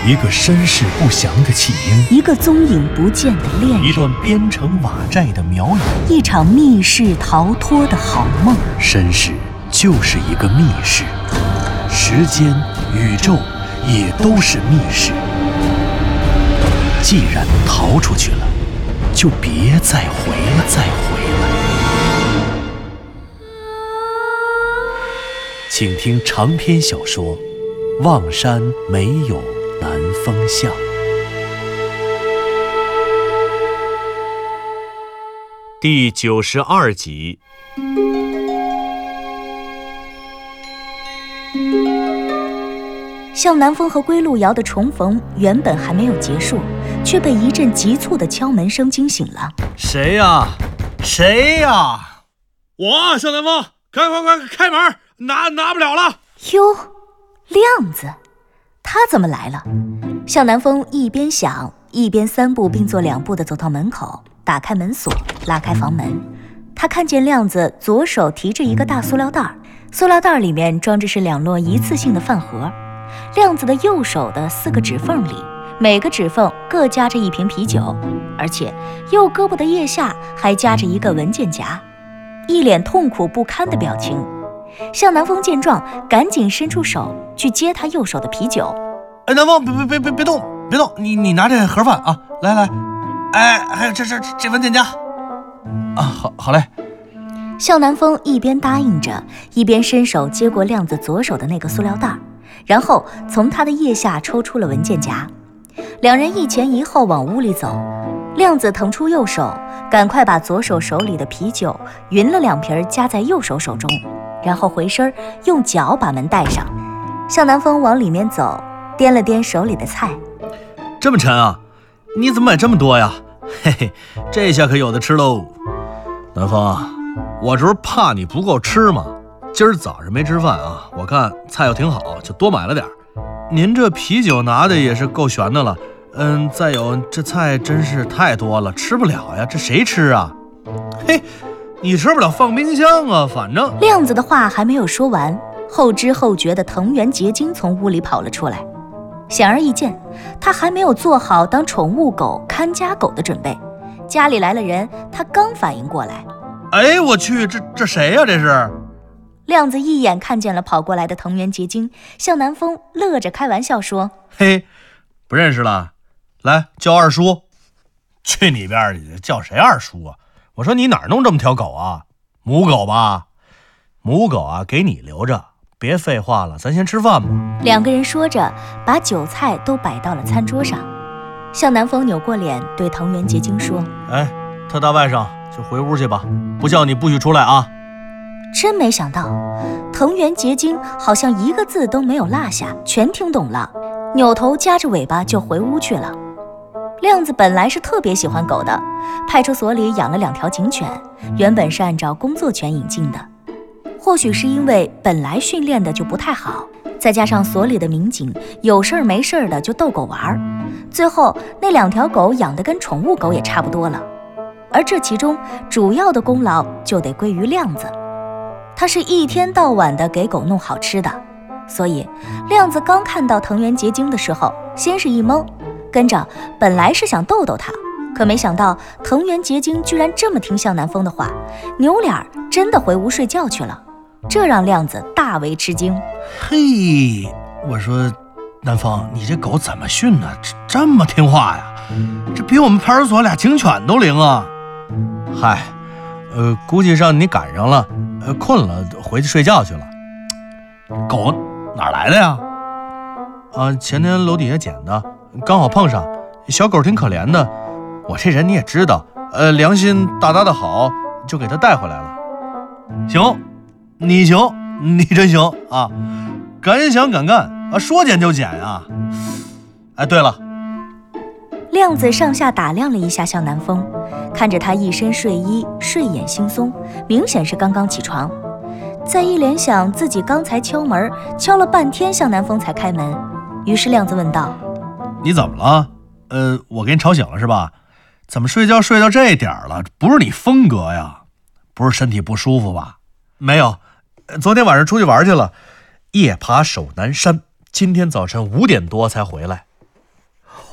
一个身世不详的弃婴， 一个踪影不见的恋人， 一段编成瓦寨的苗语， 一场密室逃脱的好梦。 身世就是一个密室，时间、宇宙也都是密室。既然逃出去了，就别再回来。请听长篇小说《望山没有南风向》第92集。 向南风和归路遥的重逢原本还没有结束，却被一阵急促的敲门声惊醒了。 谁呀？我向南风，快开门，拿不了了。 哟，亮子，他怎么来了？向南风一边想，一边3步并作2步地走到门口，打开门锁，拉开房门。他看见亮子左手提着一个大塑料袋，塑料袋里面装着是2摞一次性的饭盒。亮子的右手的4个指缝里，每个指缝各夹着一瓶啤酒，而且右胳膊的腋下还夹着一个文件夹，一脸痛苦不堪的表情。向南风见状，赶紧伸出手去接他右手的啤酒。 南风，别动，你拿这盒饭啊，来，还有这文件夹啊，好嘞。 向南风一边答应着，一边伸手接过亮子左手的那个塑料袋，然后从他的腋下抽出了文件夹。2人一前一后往屋里走，亮子腾出右手，赶快把左手手里的啤酒匀了2瓶夹在右手手中，然后回身用脚把门带上。向南风往里面走，掂了掂手里的菜。 这么沉啊？你怎么买这么多呀？嘿嘿，这下可有的吃喽。南风，我这不是怕你不够吃吗？今儿早上没吃饭啊，我看菜又挺好，就多买了点。您这啤酒拿的也是够悬的了，再有这菜真是太多了，吃不了呀，这谁吃啊？嘿，你吃不了放冰箱啊，反正。 亮子的话还没有说完，后知后觉的藤原结晶从屋里跑了出来。显而易见，他还没有做好当宠物狗看家狗的准备。家里来了人，他刚反应过来。 哎，我去，这谁呀？这是。 亮子一眼看见了跑过来的藤原结晶，向南风乐着开玩笑说： 嘿，不认识了，来叫二叔。去你边去，叫谁二叔啊？我说你哪儿弄这么条狗啊？母狗吧？母狗啊，给你留着，别废话了，咱先吃饭吧。 2个人说着，把酒菜都摆到了餐桌上。向南风扭过脸对藤原结晶说： 哎，特大外甥，就回屋去吧，不叫你不许出来啊。 真没想到，藤原结晶好像一个字都没有落下，全听懂了，扭头夹着尾巴就回屋去了。亮子本来是特别喜欢狗的，派出所里养了2条警犬，原本是按照工作犬引进的。或许是因为本来训练的就不太好，再加上所里的民警有事儿没事儿的就逗狗玩，最后那2条狗养得跟宠物狗也差不多了。而这其中主要的功劳就得归于亮子，他是一天到晚的给狗弄好吃的。所以亮子刚看到藤原结晶的时候，先是一懵，跟着本来是想逗逗他，可没想到藤原结晶居然这么听向南风的话，扭脸真的回屋睡觉去了，这让亮子大为吃惊。 嘿，我说南风，你这狗怎么训呢？这么听话呀？这比我们派出所俩警犬都灵啊！嗨，估计让你赶上了，困了回去睡觉去了。狗哪来的呀？前天楼底下捡的，刚好碰上。小狗挺可怜的，我这人你也知道，良心大大的好，就给它带回来了。行，你行，你真行啊！敢想敢干啊，说捡就捡啊！哎，对了。 亮子上下打量了一下向南风，看着他一身睡衣，睡眼惺忪，明显是刚刚起床。再一联想自己刚才敲门，敲了半天向南风才开门，于是亮子问道： 你怎么了？我给你吵醒了是吧？怎么睡觉睡到这点了？不是你风格呀？不是身体不舒服吧？没有，昨天晚上出去玩去了，夜爬首南山，今天早晨5点多才回来。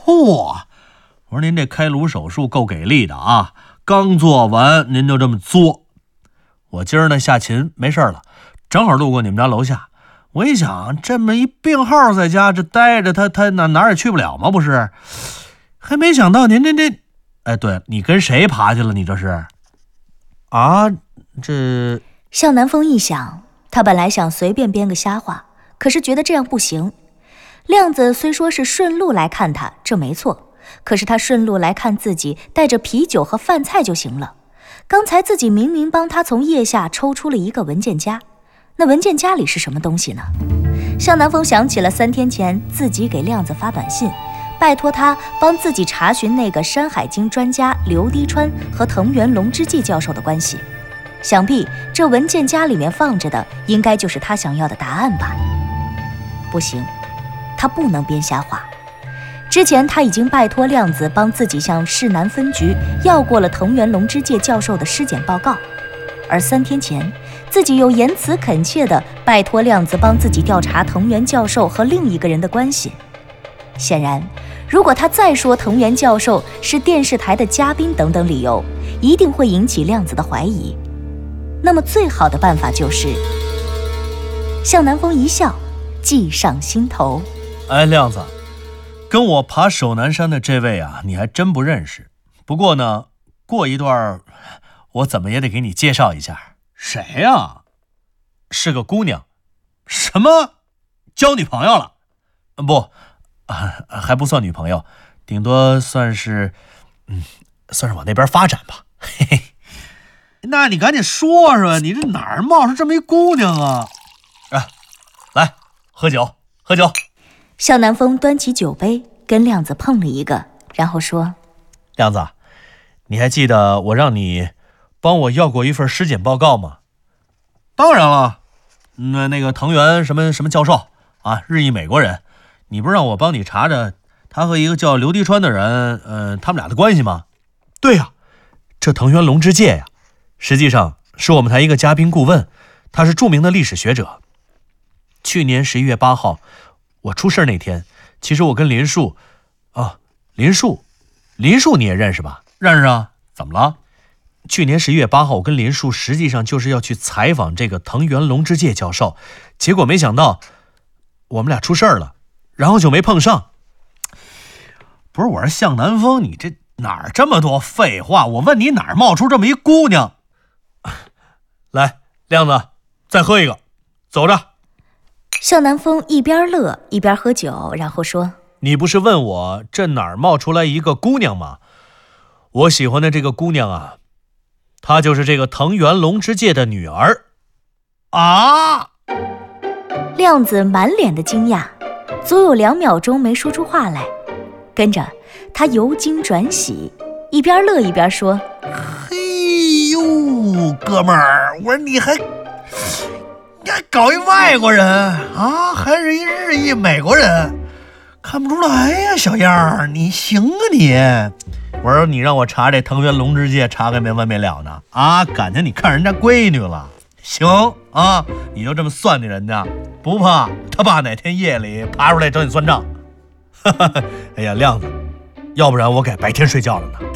嚯！我说您这开颅手术够给力的啊，刚做完您就这么作。我今儿呢下勤没事了，正好路过你们家楼下，我一想这么一病号在家这待着，他哪儿也去不了吗？不是，还没想到您这，哎，对，你跟谁爬去了？你这是？啊，这…… 向南风一想，他本来想随便编个瞎话，可是觉得这样不行。亮子虽说是顺路来看他，这没错，可是他顺路来看自己，带着啤酒和饭菜就行了。刚才自己明明帮他从腋下抽出了一个文件夹，那文件夹里是什么东西呢？向南风想起了3天前自己给亮子发短信，拜托他帮自己查询那个《山海经》专家刘滴川和藤原龙之介教授的关系。想必这文件夹里面放着的，应该就是他想要的答案吧？不行，他不能编瞎话。之前他已经拜托亮子帮自己向市南分局要过了藤原龙之介教授的尸检报告，而3天前自己又言辞恳切地拜托亮子帮自己调查藤原教授和另一个人的关系。显然，如果他再说藤原教授是电视台的嘉宾等等理由，一定会引起亮子的怀疑。那么最好的办法就是向南风一笑，计上心头。 哎，亮子，跟我爬首南山的这位啊，你还真不认识。不过呢，过一段我怎么也得给你介绍一下。谁呀？是个姑娘。什么？交女朋友了？不，还不算女朋友，顶多算是往那边发展吧。嘿嘿。那你赶紧说说，你这哪儿冒出这么一姑娘啊？来，喝酒。 向南风端起酒杯跟亮子碰了一个，然后说： 亮子，你还记得我让你帮我要过一份尸检报告吗？当然了，那个藤原什么教授啊，日裔美国人，你不是让我帮你查查他和一个叫刘滴川的人，他们俩的关系吗？对呀，这藤原龙之介呀，实际上是我们台一个嘉宾顾问，他是著名的历史学者。去年11月8号我出事那天，其实我跟林树林树你也认识吧？认识啊。怎么了？去年11月8号我跟林树实际上就是要去采访这个藤原龙之介教授，结果没想到我们俩出事了，然后就没碰上。不是，我说向南风，你这哪儿这么多废话？我问你哪儿冒出这么一姑娘？来，亮子，再喝一个，走着。 向南风一边乐一边喝酒，然后说： 你不是问我这哪儿冒出来一个姑娘吗？我喜欢的这个姑娘啊，她就是这个藤原龙之介的女儿。啊！ 亮子满脸的惊讶，足有2秒钟没说出话来，跟着他由惊转喜，一边乐一边说： 嘿呦，哥们儿，我说你还搞一外国人啊，还是一日裔美国人，看不出来呀，小样儿，你行啊你！我说你让我查这藤原龙之介，查个没完没了呢啊！感情你看人家闺女了，行啊，你就这么算计人家，不怕他爸哪天夜里爬出来找你算账？哎呀，亮子，要不然我改白天睡觉了呢。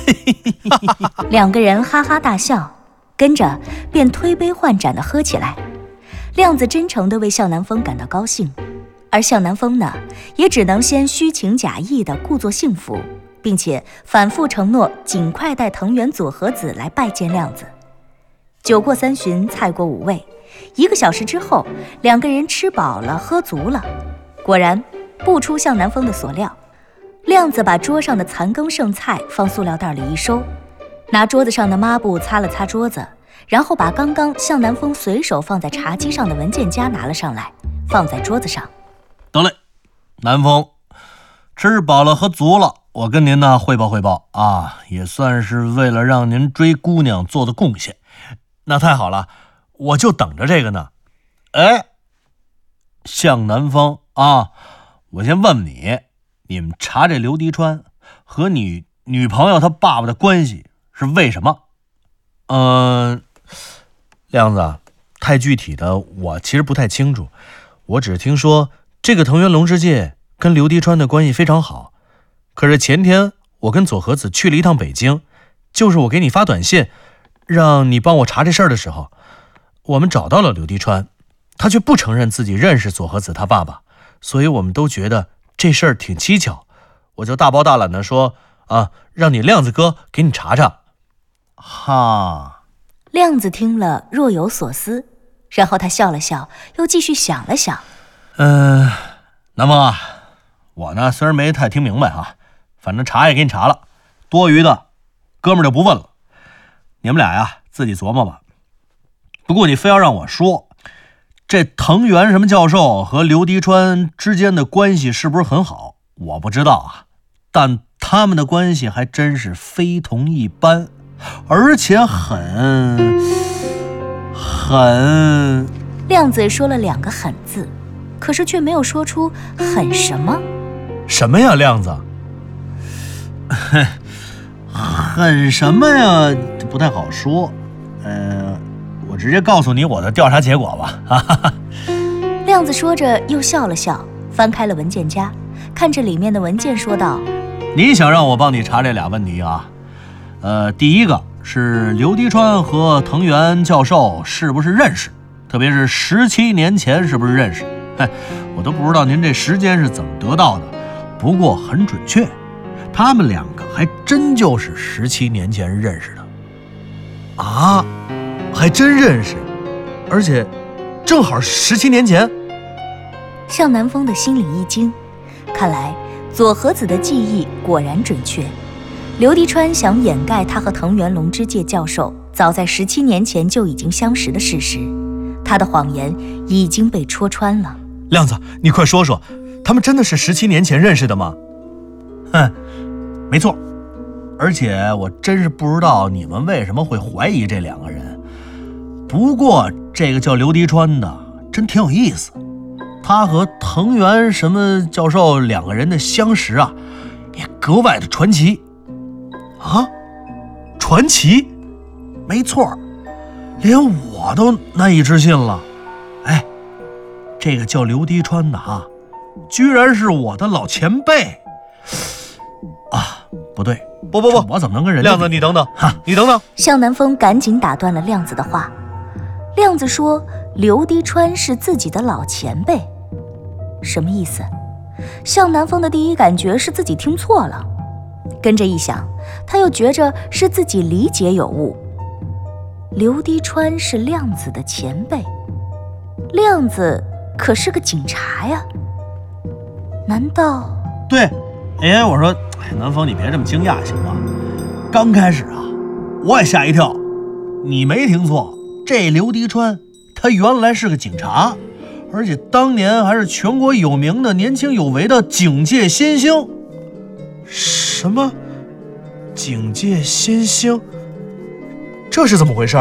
2个人哈哈大笑，跟着便推杯换盏地喝起来。亮子真诚地为向南风感到高兴，而向南风呢，也只能先虚情假意地故作幸福，并且反复承诺尽快带藤原佐和子来拜见亮子。酒过3巡，菜过5味，1个小时之后，2个人吃饱了喝足了。果然不出向南风的所料，亮子把桌上的残羹剩菜放塑料袋里一收，拿桌子上的抹布擦了擦桌子，然后把刚刚向南风随手放在茶几上的文件夹拿了上来，放在桌子上。 得嘞，南风，吃饱了喝足了，我跟您呢汇报汇报啊，也算是为了让您追姑娘做的贡献。那太好了，我就等着这个呢。哎，向南风啊，我先问问你，你们查这刘滴川和你女朋友她爸爸的关系是为什么？亮子，太具体的我其实不太清楚，我只听说这个藤原龙之介跟刘滴川的关系非常好， 可是前天我跟佐和子去了一趟北京，就是我给你发短信让你帮我查这事儿的时候，我们找到了刘迪川，他却不承认自己认识佐和子他爸爸，所以我们都觉得这事儿挺蹊跷。我就大包大揽的说让你亮子哥给你查查。哈， 亮子听了若有所思，然后他笑了笑，又继续想了想。 南风啊，我呢虽然没太听明白反正查也给你查了，多余的哥们儿就不问了，你们俩呀自己琢磨吧。不过你非要让我说，这藤原什么教授和刘迪川之间的关系是不是很好，我不知道但他们的关系还真是非同一般，而且很…… 亮子说了2个狠字，可是却没有说出狠什么。 什么呀，亮子？狠什么呀？不太好说。我直接告诉你我的调查结果吧。 亮子说着又笑了笑，翻开了文件夹，看着里面的文件说道： 你想让我帮你查这俩问题第一个是刘迪川和藤原教授是不是认识，特别是17年前是不是认识。我都不知道您这时间是怎么得到的，不过很准确，他们2个还真就是17年前认识的。还真认识，而且正好17年前。 向南风的心里一惊，看来佐和子的记忆果然准确。刘迪川想掩盖他和藤原龙之介教授早在17年前就已经相识的事实，他的谎言已经被戳穿了。 亮子，你快说说，他们真的是17年前认识的吗？没错，而且我真是不知道你们为什么会怀疑这2个人。不过这个叫刘迪川的真挺有意思，他和藤原什么教授2个人的相识也格外的传奇。传奇？没错，连我都难以置信了。这个叫刘迪川的居然是我的老前辈。不对，不，我怎么能跟人家？亮子，你等等，你等等！ 向南风赶紧打断了亮子的话。亮子说刘迪川是自己的老前辈，什么意思？向南风的第一感觉是自己听错了，跟着一想，他又觉着是自己理解有误。刘迪川是亮子的前辈，亮子可是个警察呀，难道？ 对，我说南风，你别这么惊讶行吗？刚开始我也吓一跳，你没听错，这刘迪川他原来是个警察，而且当年还是全国有名的年轻有为的警界新星。什么？警界新星？这是怎么回事？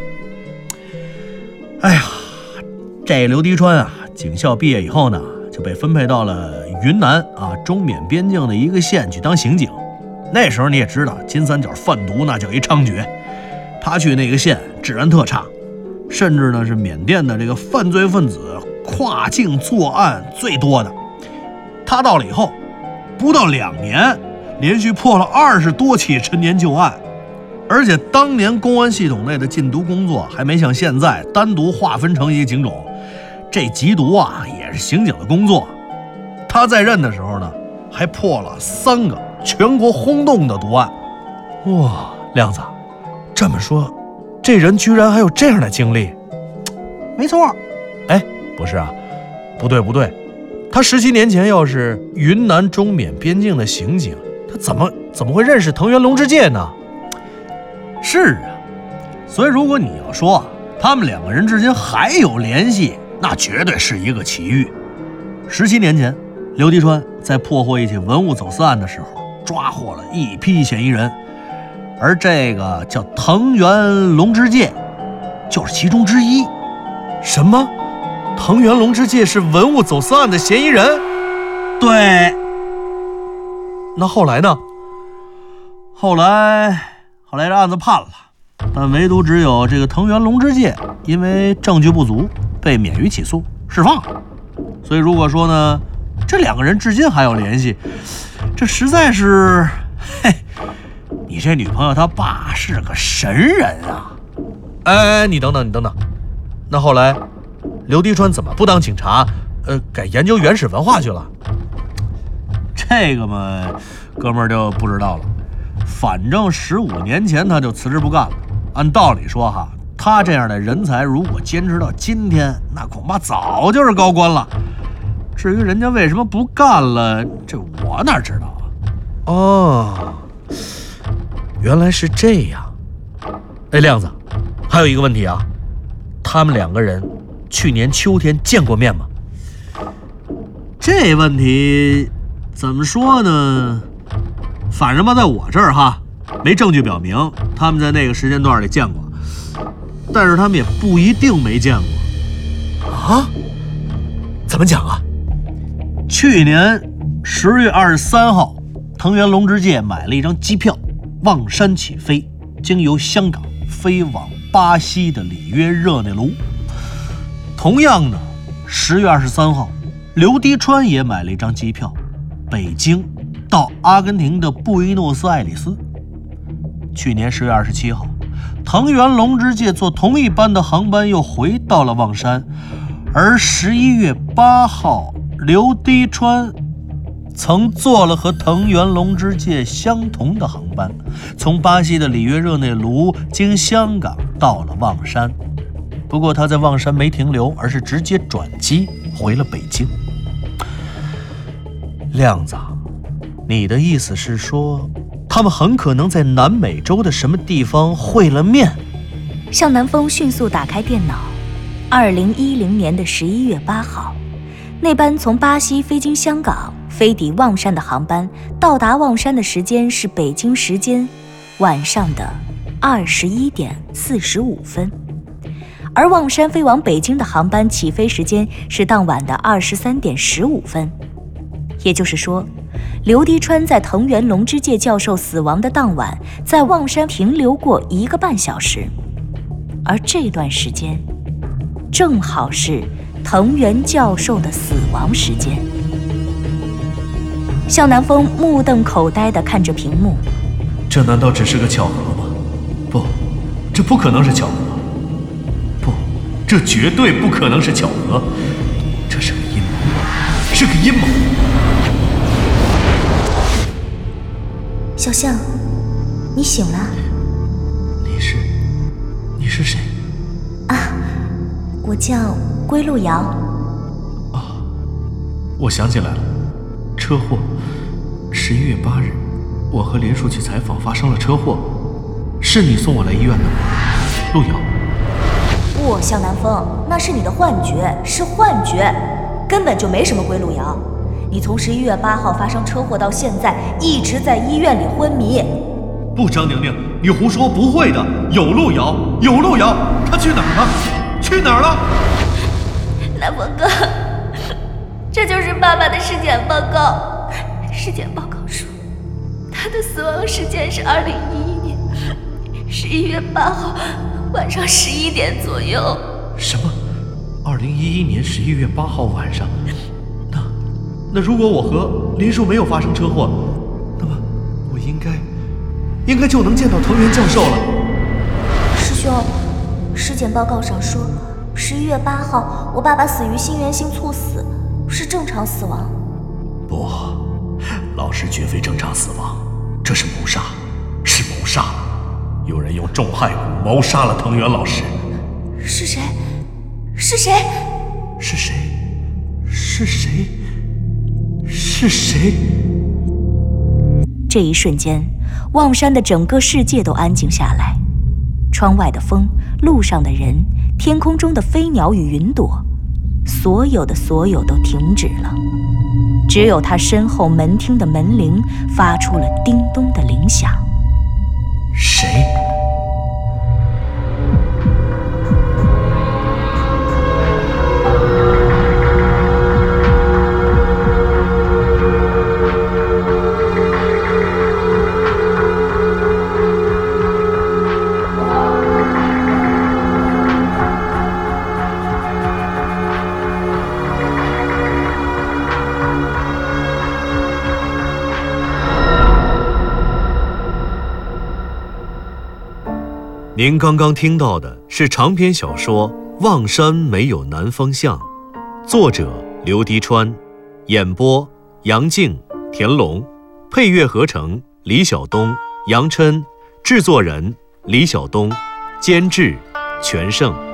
这刘迪川警校毕业以后呢，就被分配到了云南中缅边境的一个县去当刑警。那时候你也知道，金三角贩毒那叫一猖獗，他去那个县治安特差，甚至呢是缅甸的这个犯罪分子跨境作案最多的。他到了以后，不到2年，连续破了20多起陈年旧案，而且当年公安系统内的禁毒工作还没像现在单独划分成一个警种，这缉毒也是刑警的工作。他在任的时候呢，还破了3个全国轰动的毒案。哇，亮子，这么说，这人居然还有这样的经历？没错。不是不对，他17年前要是云南中缅边境的刑警，他怎么会认识藤原龙之介呢？是所以如果你要说他们2个人之间还有联系，那绝对是一个奇遇。17年前，刘迪川在破获一起文物走私案的时候，抓获了一批嫌疑人，而这个叫藤原龙之介就是其中之一。什么？藤原龙之介是文物走私案的嫌疑人？对。那后来呢？后来这案子判了，但唯独只有这个藤原龙之介因为证据不足被免于起诉释放了。所以如果说呢， 这2个人至今还有联系，这实在是，嘿，你这女朋友她爸是个神人啊！哎，你等等，那后来刘迪川怎么不当警察，改研究原始文化去了？这个嘛，哥们儿就不知道了。反正15年前他就辞职不干了。按道理说哈，他这样的人才如果坚持到今天，那恐怕早就是高官了。至于人家为什么不干了，这我哪知道啊？哦，原来是这样。哎，亮子，还有一个问题啊，他们2个人去年秋天见过面吗？这问题怎么说呢？反正吧，在我这儿哈，没证据表明他们在那个时间段里见过，但是他们也不一定没见过。啊？怎么讲啊？去年10月23号，藤原龙之介买了一张机票，望山起飞，经由香港飞往巴西的里约热内卢。同样的，10月23号，刘迪川也买了一张机票，北京到阿根廷的布宜诺斯艾利斯。去年10月27号，藤原龙之介坐同一班的航班又回到了望山，而11月8号，刘迪川曾坐了和藤原龙之介相同的航班，从巴西的里约热内卢经香港到了望山。不过他在望山没停留，而是直接转机回了北京。亮子，你的意思是说，他们很可能在南美洲的什么地方会了面？ 向南风迅速打开电脑，2010年的11月8号，那班从巴西飞经香港飞抵望山的航班到达望山的时间是北京时间晚上的21点45分，而望山飞往北京的航班起飞时间是当晚的23点15分。也就是说，刘迪川在藤原龙之介教授死亡的当晚，在望山停留过1个半小时，而这段时间正好是藤原教授的死亡时间。向南风目瞪口呆地看着屏幕， 这难道只是个巧合吗？不，这不可能是巧合。不，这绝对不可能是巧合，这是个阴谋，是个阴谋。 小象，你醒了。 你是谁？ 啊，我叫归路遥。 啊，我想起来了，车祸。11月8日，我和林叔去采访，发生了车祸。是你送我来医院的吗？路遥。 不，向南风，那是你的幻觉，是幻觉，根本就没什么归路遥。你从11月8号发生车祸到现在，一直在医院里昏迷。 不，张宁宁，你胡说，不会的，有路遥，他去哪儿了？去哪儿了？ 南风哥，这就是爸爸的尸检报告。尸检报告说，他的死亡时间是2011年11月8号晚上11点左右。 什么？2011年11月8号晚上？那如果我和林叔没有发生车祸，那么我应该就能见到藤原教授了。 师兄，尸检报告上说，11月8号我爸爸死于心源性猝死，是正常死亡。 不，老师绝非正常死亡，这是谋杀，是谋杀。有人用重害蛊谋杀了藤原老师。 是谁？是谁？ 是谁？是谁？是谁？ 这一瞬间，望山的整个世界都安静下来，窗外的风，路上的人，天空中的飞鸟与云朵，所有的都停止了。只有他身后门厅的门铃发出了叮咚的铃响。 谁？ 您刚刚听到的是长篇小说《望山没有南方向》，作者刘迪川，演播杨静、田龙，配乐合成李晓东、杨琛，制作人李晓东，监制全胜。